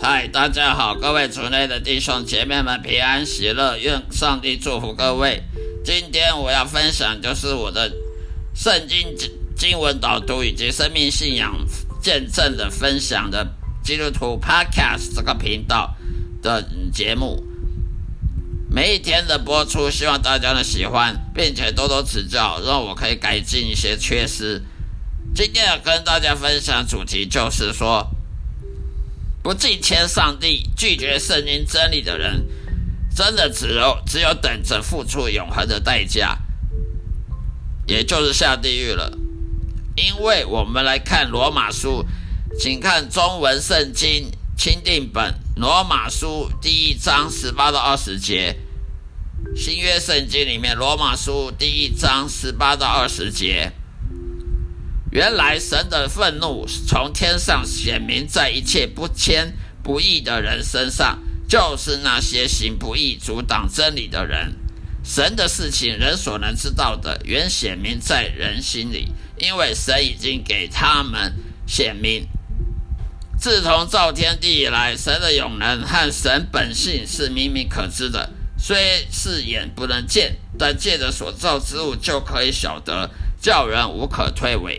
嗨，大家好，各位族内的弟兄姐妹们平安喜乐，愿上帝祝福各位。今天我要分享就是我的圣经经文导读以及生命信仰见证的分享的基督徒 Podcast 这个频道的节目。每一天的播出，希望大家能喜欢，并且多多指教，让我可以改进一些缺失。今天要跟大家分享主题就是说，不敬虔上帝、拒绝圣经真理的人，真的只有等着付出永恒的代价，也就是下地狱了。因为我们来看罗马书，请看中文圣经钦定本罗马书第1章18到20节，新约圣经里面罗马书第1章18到20节。原来神的愤怒从天上显明在一切不虔不义的人身上，就是那些行不义阻挡真理的人。神的事情人所能知道的，原显明在人心里，因为神已经给他们显明。自从造天地以来，神的永能和神本性是明明可知的，虽是眼不能见，但借着所造之物就可以晓得，叫人无可推诿。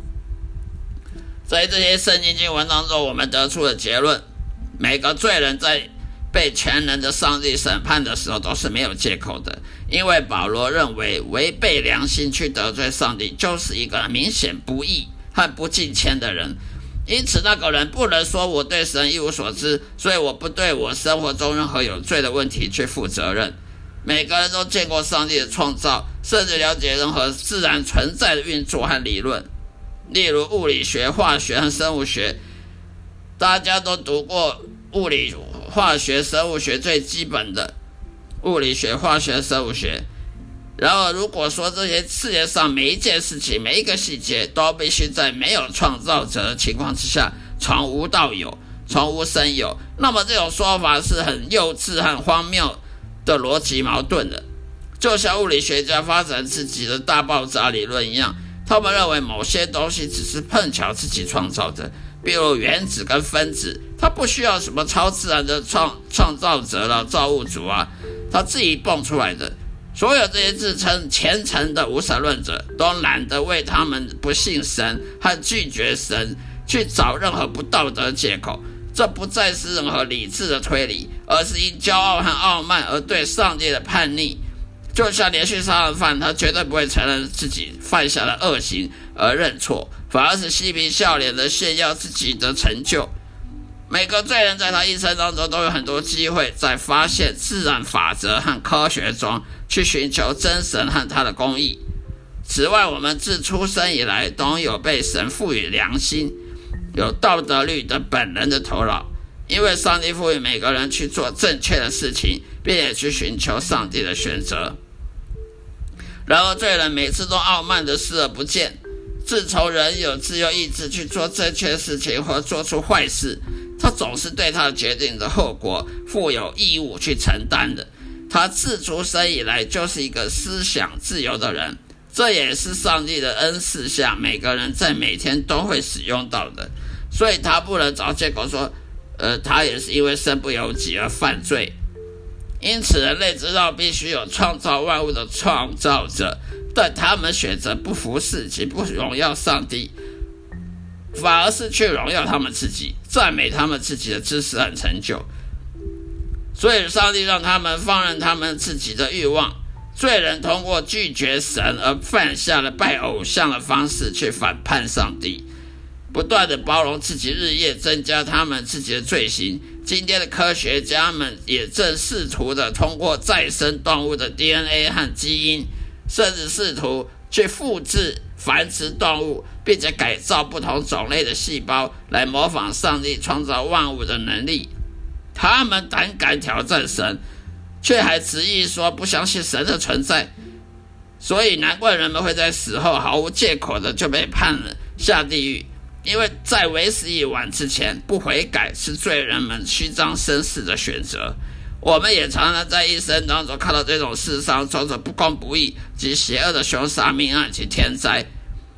在这些圣经经文当中，我们得出的结论，每个罪人在被全能的上帝审判的时候都是没有借口的，因为保罗认为违背良心去得罪上帝就是一个明显不义和不敬虔的人。因此那个人不能说我对神一无所知，所以我不对我生活中任何有罪的问题去负责任。每个人都见过上帝的创造，甚至了解任何自然存在的运作和理论，例如物理学、化学和生物学。大家都读过物理、化学、生物学最基本的物理学、化学、生物学。然后如果说这些世界上每一件事情、每一个细节都必须在没有创造者的情况之下从无到有、从无生有，那么这种说法是很幼稚和荒谬的逻辑矛盾的。就像物理学家发展自己的大爆炸理论一样，他们认为某些东西只是碰巧自己创造的，比如原子跟分子，它不需要什么超自然的创造者了、造物主啊，它自己蹦出来的。所有这些自称虔诚的无神论者都懒得为他们不信神和拒绝神去找任何不道德的借口，这不再是任何理智的推理，而是因骄傲和傲慢而对上帝的叛逆。就像连续杀人犯，他绝对不会承认自己犯下了恶行而认错，反而是嬉皮笑脸的炫耀自己的成就。每个罪人在他一生当中都有很多机会在发现自然法则和科学中去寻求真神和他的公义。此外，我们自出生以来都有被神赋予良心、有道德律的本能的头脑，因为上帝赋予每个人去做正确的事情，并且去寻求上帝的选择。然而罪人每次都傲慢的视而不见，自从人有自由意志去做正确事情或做出坏事，他总是对他决定的后果负有义务去承担的。他自出生以来就是一个思想自由的人，这也是上帝的恩赐下每个人在每天都会使用到的，所以他不能找借口说他也是因为身不由己而犯罪。因此人类知道必须有创造万物的创造者，但他们选择不服侍及不荣耀上帝，反而是去荣耀他们自己，赞美他们自己的知识和成就。所以上帝让他们放任他们自己的欲望。罪人通过拒绝神而犯下了拜偶像的方式去反叛上帝，不断的包容自己，日夜增加他们自己的罪行。今天的科学家们也正试图的通过再生动物的 DNA 和基因，甚至试图去复制繁殖动物，并且改造不同种类的细胞来模仿上帝创造万物的能力。他们胆敢挑战神，却还执意说不相信神的存在，所以难怪人们会在死后毫无借口的就被判了下地狱。因为在为时已晚之前不悔改是罪人们虚张声势的选择。我们也常常在一生当中看到这种世上种种不公不义及邪恶的凶杀命案及天灾，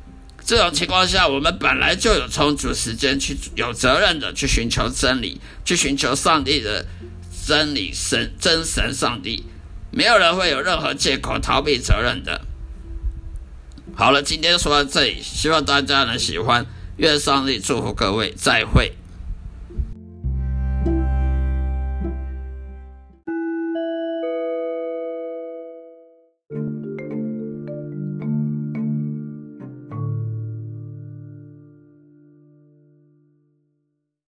这种情况下，我们本来就有充足时间有责任的去寻求真理，去寻求上帝的真理真神上帝，没有人会有任何借口逃避责任的。好了，今天说到这里，希望大家能喜欢，愿上帝祝福各位，再会。